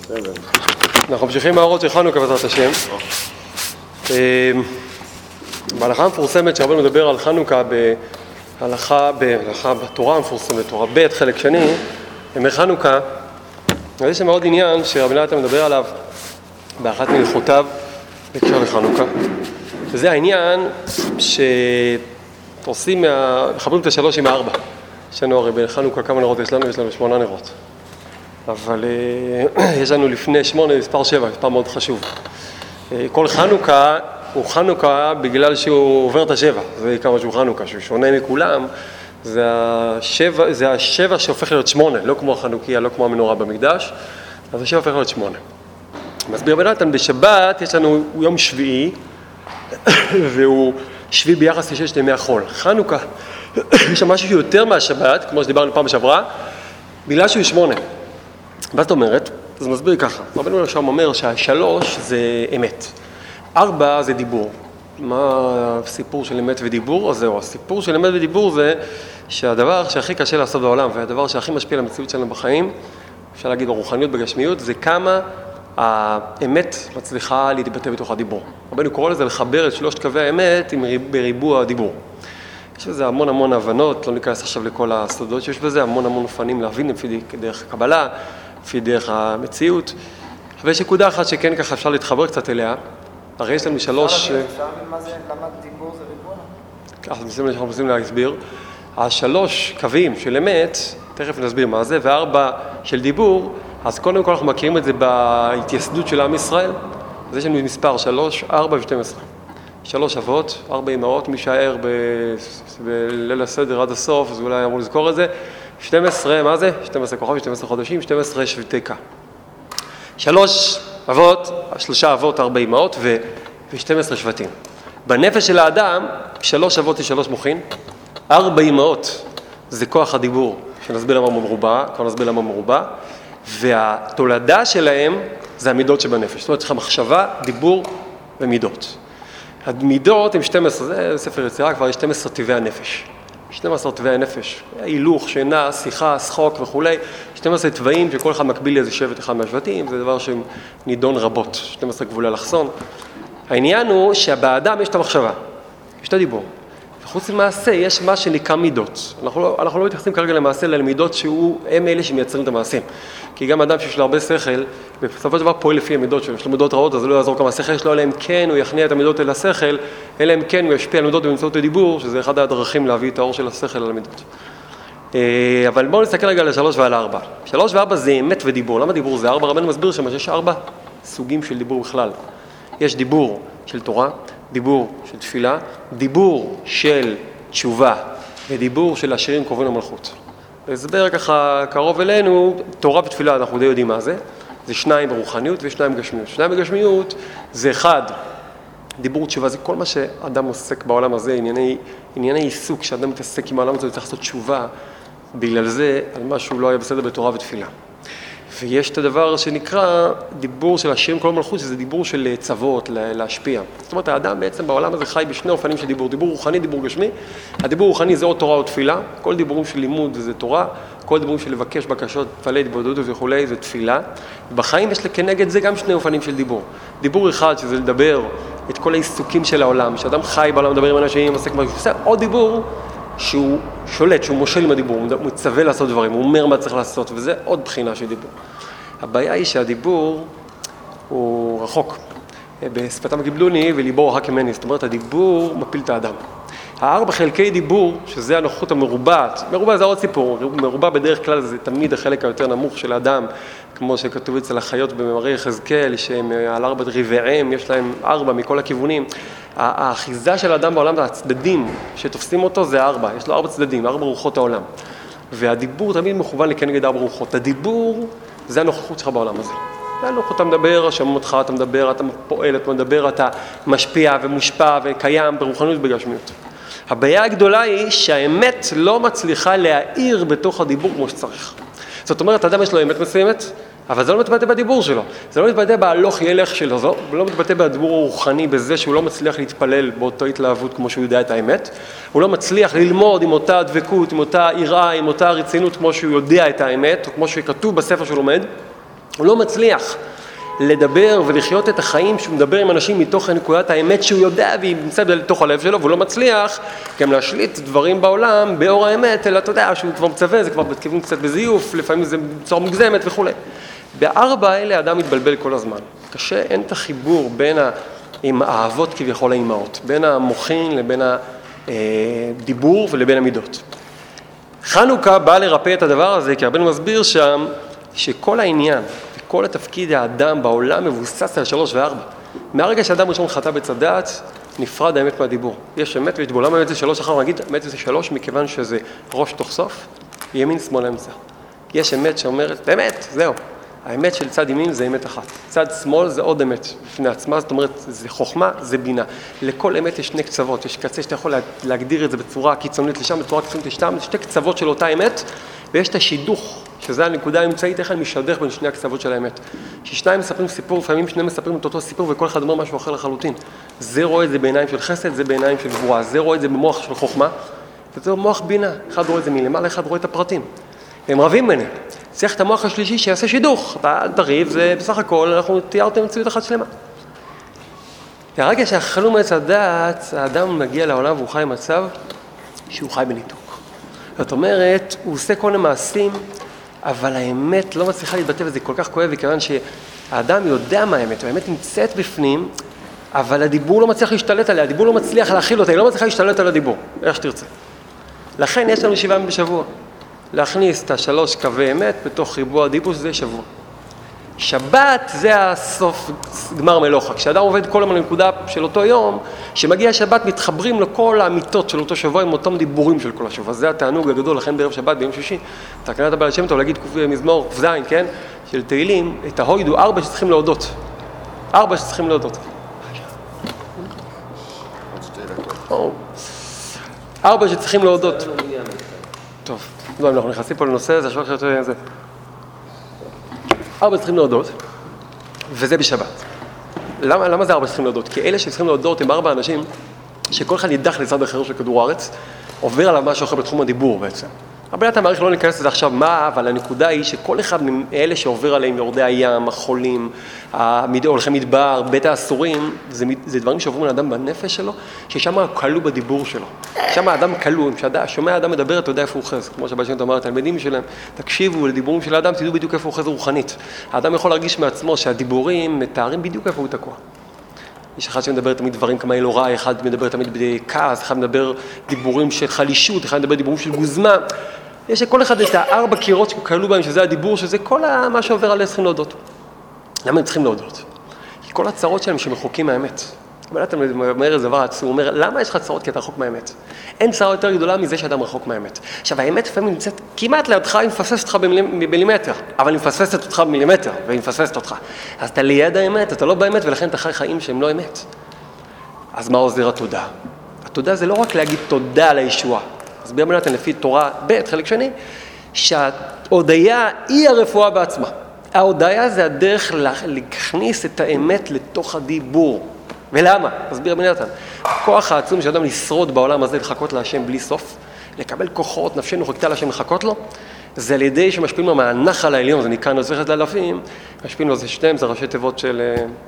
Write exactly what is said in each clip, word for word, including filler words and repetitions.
אנחנו ממשיכים מהאורות של חנוכה בעזרת השם. בהלכה המפורסמת שרבנו מדבר על חנוכה בהלכה, בהלכה בתורה המפורסמת, תורה ב' חלק שני, ימי חנוכה, יש שם עוד עניין שרבי נתן מדבר עליו באחת מלכותיו בקשר לחנוכה, וזה העניין שעושים, מחברים את השלוש עם הארבע. יש לנו הרי בחנוכה כמה נרות יש לנו? יש לנו שמונה נרות. אבל יש לנו לפני שמונה מספר שבע, מספר מאוד חשוב. כל חנוכה הוא חנוכה בגלל שהוא עובר את השבע, זה כמה שהוא חנוכה, שהוא שונה מכולם, זה השבע, זה השבע שהופך להיות שמונה, לא כמו החנוכיה, לא כמו המנורה במקדש, אז השבע הופך להיות שמונה. מסביר רבי נתן, בשבת יש לנו יום שביעי, והוא שביעי ביחס לששת ימי החול. חנוכה, יש שם משהו יותר מהשבת, כמו שדיברנו פעם שעברה, בגלל שהוא שמונה. מה זאת אומרת? אז מסביר ככה, רבנו שם אומר שהשלוש זה אמת, ארבע זה דיבור. מה הסיפור של אמת ודיבור? אז זהו, הסיפור של אמת ודיבור זה שהדבר שהכי קשה לעשות בעולם, והדבר שהכי משפיע על המציאות שלנו בחיים, אפשר להגיד ברוחניות, בגשמיות, זה כמה האמת מצליחה להתבטא בתוך הדיבור. רבנו קורא לזה לחבר את שלושת קווי האמת עם בריבוע הדיבור. יש בזה המון המון הבנות, לא ניכנס עכשיו לכל הסודות שיש בזה, המון המון אופנים להבין לפי דרך הקבלה, לפי דרך המציאות. אבל יש נקודה אחת שכן ככה אפשר להתחבר קצת אליה, הרי יש לנו שלוש... אפשר להבין מה זה, למה דיבור זה ריבוע? ככה, אנחנו מנסים להסביר. השלוש קווים של אמת, תכף נסביר מה זה, וארבע של דיבור, אז קודם כל אנחנו מכירים את זה בהתייסדות של עם ישראל. אז יש לנו מספר שלוש, ארבע ושתים עשרה. שלוש אבות, ארבע אמהות, מי שער בליל הסדר עד הסוף, אז אולי אמרו לזכור את זה. שתים עשרה, מה זה? שתים עשרה כוכבים, שתים עשרה חודשים, שתים עשרה שבטי קה. שלוש אבות, שלושה אבות, ארבע אמהות ו-שתים עשרה שבטים. בנפש של האדם, שלוש אבות ושלוש מוחין, ארבע אמהות זה כוח הדיבור, שנסביר למה מרובע, כבר נסביר למה מרובע, והתולדה שלהם זה המידות שבנפש. זאת אומרת, יש לך מחשבה, דיבור ומידות. המידות הם שתים עשרה, זה ספר יצירה, כבר יש שתים עשרה טבעי הנפש. שתים עשרה טבעי הנפש, הילוך, שינה, שיחה, שחוק וכו'. שתים עשרה טבעים שכל אחד מקביל לאיזה שבט אחד מהשבטים, זה דבר שנידון רבות, שתים עשרה גבולי אלכסון. העניין הוא שבאדם יש את המחשבה, יש את הדיבור. וחוץ למעשה יש מה שנקרא מידות. אנחנו לא, אנחנו לא מתייחסים כרגע למעשה למידות שהוא, הם אלה שמייצרים את המעשים. כי גם אדם שיש לו הרבה שכל, בסופו של דבר פועל לפי המידות שלו, יש לו מידות רעות, אז לא יעזור כמה שכל שלו, אלא אם כן הוא יכניע את המידות אל השכל, אלא אם כן הוא ישפיע על מידות באמצעות הדיבור, שזה אחד הדרכים להביא את האור של השכל על המידות. אבל בואו נסתכל רגע על שלוש ועל ארבע. שלוש וארבע זה אמת ודיבור. למה דיבור זה ארבע? רבנו מסביר שיש ארבע סוגים של דיבור בכלל. יש דיבור של תורה, דיבור של תפילה, דיבור של תשובה ודיבור של השירים קרובים למלכות. הסבר ככה קרוב אלינו, תורה ותפילה אנחנו די יודעים מה זה, זה שניים ברוחניות ושניים בגשמיות. שניים בגשמיות זה אחד, דיבור תשובה, זה כל מה שאדם עוסק בעולם הזה, ענייני, ענייני עיסוק, שאדם מתעסק עם העולם הזה, צריך לעשות תשובה, בגלל זה על משהו לא היה בסדר בתורה ותפילה. ויש את הדבר שנקרא דיבור של השירים כל מלכות, שזה דיבור של צוות, להשפיע. זאת אומרת, האדם בעצם בעולם הזה חי בשני אופנים של דיבור, דיבור רוחני, דיבור גשמי. הדיבור רוחני זה או תורה או תפילה, כל דיבורים של לימוד זה תורה, כל דיבורים של לבקש בקשות, תפלל, התבודדות וכו' זה תפילה. בחיים יש כנגד זה גם שני אופנים של דיבור. דיבור אחד שזה לדבר את כל העיסוקים של העולם, שאדם חי בעולם, מדבר עם אנשים, עוסק משהו, עושה עוד דיבור שהוא שולט, שהוא מושל עם הדיבור, הוא מצווה לעשות דברים, הוא אומר מה צריך לעשות, וזה עוד בחינה של דיבור. הבעיה היא שהדיבור הוא רחוק. בשפתם קיבלוני וליבו רחק ממני, זאת אומרת, הדיבור מפיל את האדם. הארבע חלקי דיבור, שזה הנוחות המרובעת, מרובע זה עוד סיפור, מרובע בדרך כלל זה תמיד החלק היותר נמוך של האדם, כמו שכתוב אצל החיות במאמרי יחזקאל, שהם על ארבע רבעיהם, יש להם ארבע מכל הכיוונים. האחיזה של האדם בעולם, הצדדים שתופסים אותו זה ארבע, יש לו ארבע צדדים, ארבע רוחות העולם. והדיבור תמיד מכוון לכנגד ארבע רוחות. הדיבור זה הנוכחות שלך בעולם הזה. זה הנוכחות, אתה מדבר, שומעים אותך, אתה מדבר, אתה פועל, אתה מדבר, אתה משפיע ומושפע וקיים ברוחניות בגשמיות. הבעיה הגדולה היא שהאמת לא מצליחה להאיר בתוך הדיבור כמו שצריך. זאת אומרת, האדם יש לו אמת מסוימת, אבל זה לא מתבטא בדיבור שלו. זה לא מתבטא בהלוך ילך שלו, זה לא מתבטא בדיבור הרוחני בזה שהוא לא מצליח להתפלל באותו התלהבות כמו שהוא יודע את האמת. הוא לא מצליח ללמוד עם אותה דבקות, עם אותה יראה, עם אותה רצינות כמו שהוא יודע את האמת, או כמו שכתוב בספר שהוא לומד. הוא לא מצליח לדבר ולחיות את החיים שהוא מדבר עם אנשים מתוך נקודת האמת שהוא יודע והיא נמצאת לתוך הלב שלו, והוא לא מצליח גם להשליט דברים בעולם באור האמת, אלא אתה יודע שהוא כבר מצווה, זה כבר בכיוון קצת בזיוף, לפעמים זה בצורה מוגזמת וכו'. בארבע האלה האדם מתבלבל כל הזמן. קשה, אין את החיבור בין עם האהבות כביכול האימהות, בין המוחין לבין הדיבור ולבין המידות. חנוכה בא לרפא את הדבר הזה, כי הרבנו מסביר שם שכל העניין וכל התפקיד האדם בעולם מבוסס על שלוש וארבע. מהרגע שאדם ראשון חטא בעץ הדעת, נפרד האמת מהדיבור. יש אמת ויש בעולם האמת זה שלוש, אחר נגיד אמת זה שלוש, מכיוון שזה ראש תוך סוף, ימין שמאל אמצע. יש אמת שאומרת, אמת, זהו. האמת של צד ימין זה אמת אחת. צד שמאל זה עוד אמת בפני עצמה, זאת אומרת, זה חוכמה, זה בינה. לכל אמת יש שני קצוות, יש קצה שאתה יכול להגדיר את זה בצורה קיצונית לשם, בצורה קיצונית לשם, שתי קצוות של אותה אמת, ויש את השידוך, שזה הנקודה האמצעית, איך אני משדך בין שני הקצוות של האמת. ששניים מספרים סיפור, לפעמים שני מספרים את אותו סיפור, וכל אחד אומר משהו אחר לחלוטין. זה רואה את זה בעיניים של חסד, זה בעיניים של גבורה, זה רואה את זה במוח של חוכמה, וזה במוח בינה. אחד רואה את זה מלמעלה, אחד רואה את הפרטים. הם רבים ביניהם. צריך את המוח השלישי שיעשה שידוך. אתה אל תריב, זה בסך הכל, אנחנו תיארתם מציאות אחת שלמה. הרגע שהחלום מעץ הדעת, האדם מגיע לעולם והוא חי במצב שהוא חי בניתוק. זאת אומרת, הוא עושה כל המעשים, אבל האמת לא מצליחה להתבטא, וזה כל כך כואב, וכיוון שהאדם יודע מה האמת, והאמת נמצאת בפנים, אבל הדיבור לא מצליח להשתלט עליה, הדיבור לא מצליח להכיל אותה, היא לא מצליחה להשתלט על הדיבור, איך שתרצה. לכן יש לנו שבעה ימים בשבוע. להכניס את השלוש קווי אמת בתוך ריבוע הדיבור, שזה שבוע. שבת זה הסוף, גמר מלוכה. כשאדם עובד כל יום לנקודה של אותו יום, שמגיע שבת מתחברים לכל האמיתות של אותו שבוע עם אותם דיבורים של כל השבוע. זה התענוג הגדול, לכן בערב שבת, ביום שישי, תקנת הבעל שם טוב להגיד מזמור ק"ז, כן? של תהילים, את ההוידו, ארבע שצריכים להודות. ארבע שצריכים להודות. ארבע שצריכים להודות. טוב, אנחנו נכנסים פה לנושא הזה, שואל אחרת זה. ארבע צריכים להודות, וזה בשבת. למה, למה זה ארבע צריכים להודות? כי אלה שצריכים להודות הם ארבע אנשים שכל אחד יידח לצד אחר של כדור הארץ, עובר עליו משהו אחר בתחום הדיבור בעצם. אבל אתה מעריך לא ניכנס לזה עכשיו מה, אבל הנקודה היא שכל אחד מאלה שעובר עליהם, יורדי הים, החולים, הולכי מדבר, בית האסורים, זה, זה דברים שעוברים לאדם בנפש שלו, ששם קלו בדיבור שלו. שם האדם קלו, כששומע האדם מדבר, אתה יודע איפה הוא אוחז. כמו שבא שם אמר לתלמידים שלהם, תקשיבו לדיבורים של האדם, תדעו בדיוק איפה הוא אוחז רוחנית. האדם יכול להרגיש מעצמו שהדיבורים מתארים בדיוק איפה הוא תקוע. יש אחד שמדבר תמיד דברים כמה אלוהי, אחד מדבר תמיד בכעס, אחד מדבר דיבורים של חלישות, אחד מדבר דיבורים של גוזמה. יש לכל אחד את הארבע קירות שקלו בהם, שזה הדיבור, שזה כל מה שעובר עליהם צריכים להודות. למה הם צריכים להודות? כי כל הצרות שלהם שמחוקים מהאמת. אבל אתה אומר איזה דבר עצום, הוא אומר, למה יש לך צרות? כי אתה רחוק מהאמת. אין צרה יותר גדולה מזה שאדם רחוק מהאמת. עכשיו, האמת לפעמים נמצאת כמעט לידך, היא מפססת אותך במילימטר, אבל היא מפססת אותך במילימטר, והיא מפססת אותך. אז אתה ליד האמת, אתה לא באמת, ולכן אתה חי חיים שהם לא אמת. אז מה עוזר התודה? התודה זה לא רק להגיד תודה על הישועה. אז ביום נתן לפי תורה ב' חלק שני, שההודיה היא הרפואה בעצמה. ההודיה זה הדרך להכניס את האמת לתוך הדיבור. ולמה? מסביר רבי נתן. הכוח העצום שאדם לשרוד בעולם הזה, לחכות להשם בלי סוף, לקבל כוחות, נפשנו חיכתה להשם לחכות לו, זה על ידי שמשפיעים לו מהנחל העליון, זה נקרא נוזכת לאלפים, משפיעים לו זה שתיים, זה ראשי תיבות של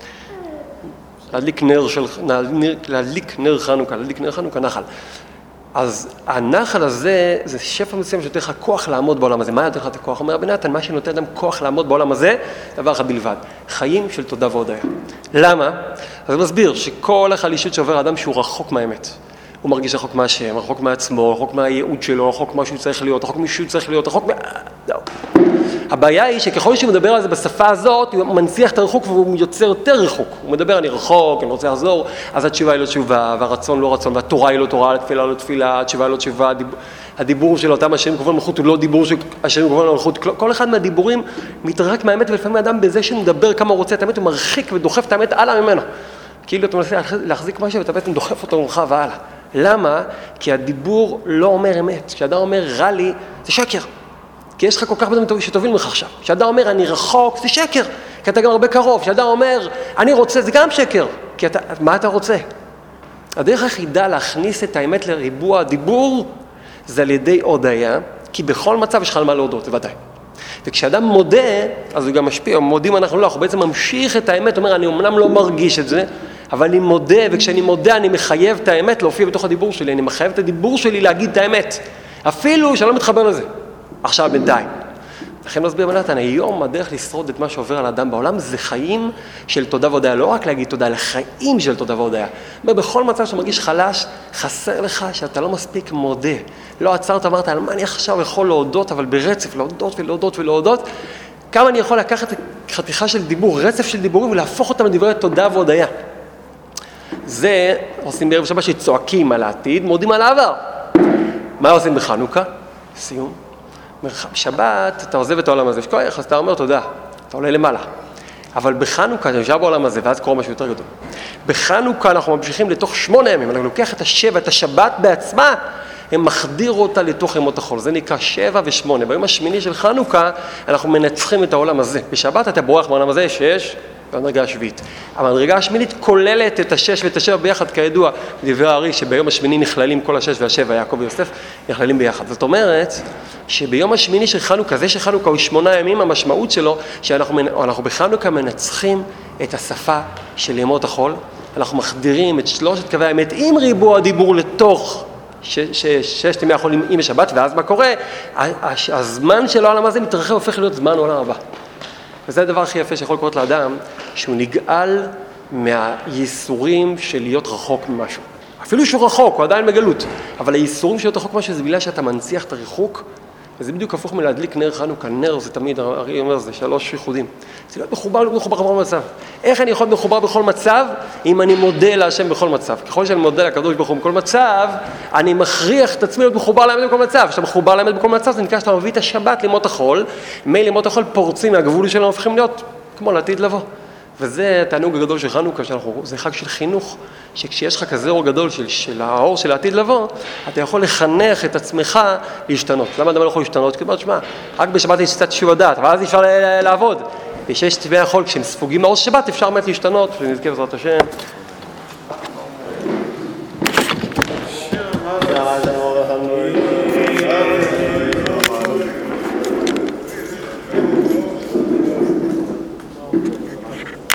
להדליק נר של, להדליק נר חנוכה, להדליק נר חנוכה, נחל. אז הנחל הזה, זה שפע מסוים שנותן לך כוח לעמוד בעולם הזה. מה נותן לך את הכוח? אומר רבי נתן, מה שנותן אדם כוח לעמוד בעולם הזה, דבר אחד בלבד, חיים של תודה והודיה. למה? אז הוא מסביר שכל החלישות שעובר האדם שהוא רחוק מהאמת. הוא מרגיש רחוק מהשם, רחוק מעצמו, רחוק מהייעוד שלו, רחוק מה שהוא צריך להיות, רחוק משהו צריך להיות, רחוק מה... זהו. הבעיה היא שככל שהוא מדבר על זה בשפה הזאת, הוא מנציח את הרחוק והוא יוצר יותר רחוק. הוא מדבר, אני רחוק, אני רוצה לחזור, אז התשובה היא לא תשובה, והרצון לא רצון, והתורה היא לא תורה, התפילה לא תפילה, התשובה היא לא תשובה, הדיבור של אותם השם כבון מלכות הוא לא דיבור של השם כבון מלכות. כל אחד מהדיבורים מתרחק מהאמת, ולפעמים האדם בזה שהוא מדבר כמה הוא רוצה את האמת, הוא מרחיק ודוחף את האמת הלאה ממנו. כאילו אתה מנסה להחזיק משהו ואתה בעצם דוחף אותו ממך והלאה. למה? כי הדיבור לא אומר אמת. כשאדם אומר רע לי, זה שקר. כי יש לך כל כך בדברים שתוביל ממך עכשיו. כשאדם אומר אני רחוק, זה שקר. כי אתה גם הרבה קרוב. כשאדם אומר אני רוצה, זה גם שקר. כי אתה, מה אתה רוצה? הדרך היחידה להכניס את האמת לריבוע הדיבור, זה על ידי הודיה, כי בכל מצב יש לך על מה להודות, בוודאי. וכשאדם מודה, אז הוא גם משפיע, מודים אנחנו לא, אנחנו בעצם ממשיך את האמת, אומר, אני אמנם לא מרגיש את זה, אבל אני מודה, וכשאני מודה אני מחייב את האמת להופיע בתוך הדיבור שלי, אני מחייב את הדיבור שלי להגיד את האמת, אפילו שאני לא מתחבר לזה, עכשיו בינתיים. לכן מסביר בנתן, היום הדרך לשרוד את מה שעובר על האדם בעולם זה חיים של תודה והודיה, לא רק להגיד תודה, אלא חיים של תודה והודיה. אומר, בכל מצב שאתה מרגיש חלש, חסר לך שאתה לא מספיק מודה. לא עצרת, אמרת, על מה אני עכשיו יכול להודות, אבל ברצף, להודות ולהודות ולהודות, כמה אני יכול לקחת חתיכה של דיבור, רצף של דיבורים, ולהפוך אותם לדברי תודה והודיה. זה עושים בערב שבת שצועקים על העתיד, מודים על העבר. מה עושים בחנוכה? סיום. בשבת אתה עוזב את העולם הזה, שכוח, אז אתה אומר תודה, אתה עולה למעלה. אבל בחנוכה, אתה נשאר בעולם הזה, ואז קורה משהו יותר גדול. בחנוכה אנחנו ממשיכים לתוך שמונה ימים, אנחנו לוקח את השבע, את השבת בעצמה, הם מחדיר אותה לתוך ימות החול. זה נקרא שבע ושמונה. ביום השמיני של חנוכה, אנחנו מנצחים את העולם הזה. בשבת אתה בורח מהעולם הזה, שש, והמדרגה השביעית. המדרגה השמינית כוללת את השש ואת השבע ביחד, כידוע, בדברי הארי, שביום השמיני נכללים כל השש והשבע, יעקב ויוסף, נכללים ביחד. זאת אומרת, שביום השמיני של חנוכה, זה שחנוכה הוא שמונה ימים, המשמעות שלו, שאנחנו אנחנו בחנוכה מנצחים את השפה של ימות החול, אנחנו מחדירים את שלושת קווי האמת עם ריבוע הדיבור לתוך ששת ימי החול עם השבת, ואז מה קורה? הזמן של העולם הזה מתרחב, הופך להיות זמן העולם הבא. וזה הדבר הכי יפה שיכול לקרות לאדם, שהוא נגאל מהייסורים של להיות רחוק ממשהו. אפילו שהוא רחוק, הוא עדיין בגלות, אבל הייסורים של להיות רחוק ממשהו זה בגלל שאתה מנציח את הריחוק, וזה בדיוק הפוך מלהדליק נר חנוכה. נר זה תמיד, הרי אומר, זה שלוש ייחודים. זה להיות מחובר, להיות מחובר בכל מצב. איך אני יכול להיות מחובר בכל מצב? אם אני מודה להשם בכל מצב. ככל שאני מודה לקדוש ברוך הוא בכל מצב, אני מכריח את עצמי להיות מחובר לאמת בכל מצב. כשאתה מחובר לאמת בכל מצב, זה נקרא שאתה מביא את השבת לימות החול, מי לימות החול פורצים מהגבול שלנו, הופכים להיות כמו לעתיד לבוא. וזה התענוג הגדול של חנוכה, שאנחנו, זה חג של חינוך, שכשיש לך כזה אור גדול של, של האור של העתיד לבוא, אתה יכול לחנך את עצמך להשתנות. למה אדם לא יכול להשתנות? כי אומרת, שמה, רק בשבת יש קצת שוב הדעת, ואז אפשר לעבוד. בשש צבעי החול, כשהם ספוגים מהאור שבת, אפשר באמת להשתנות, ונזכה בעזרת השם.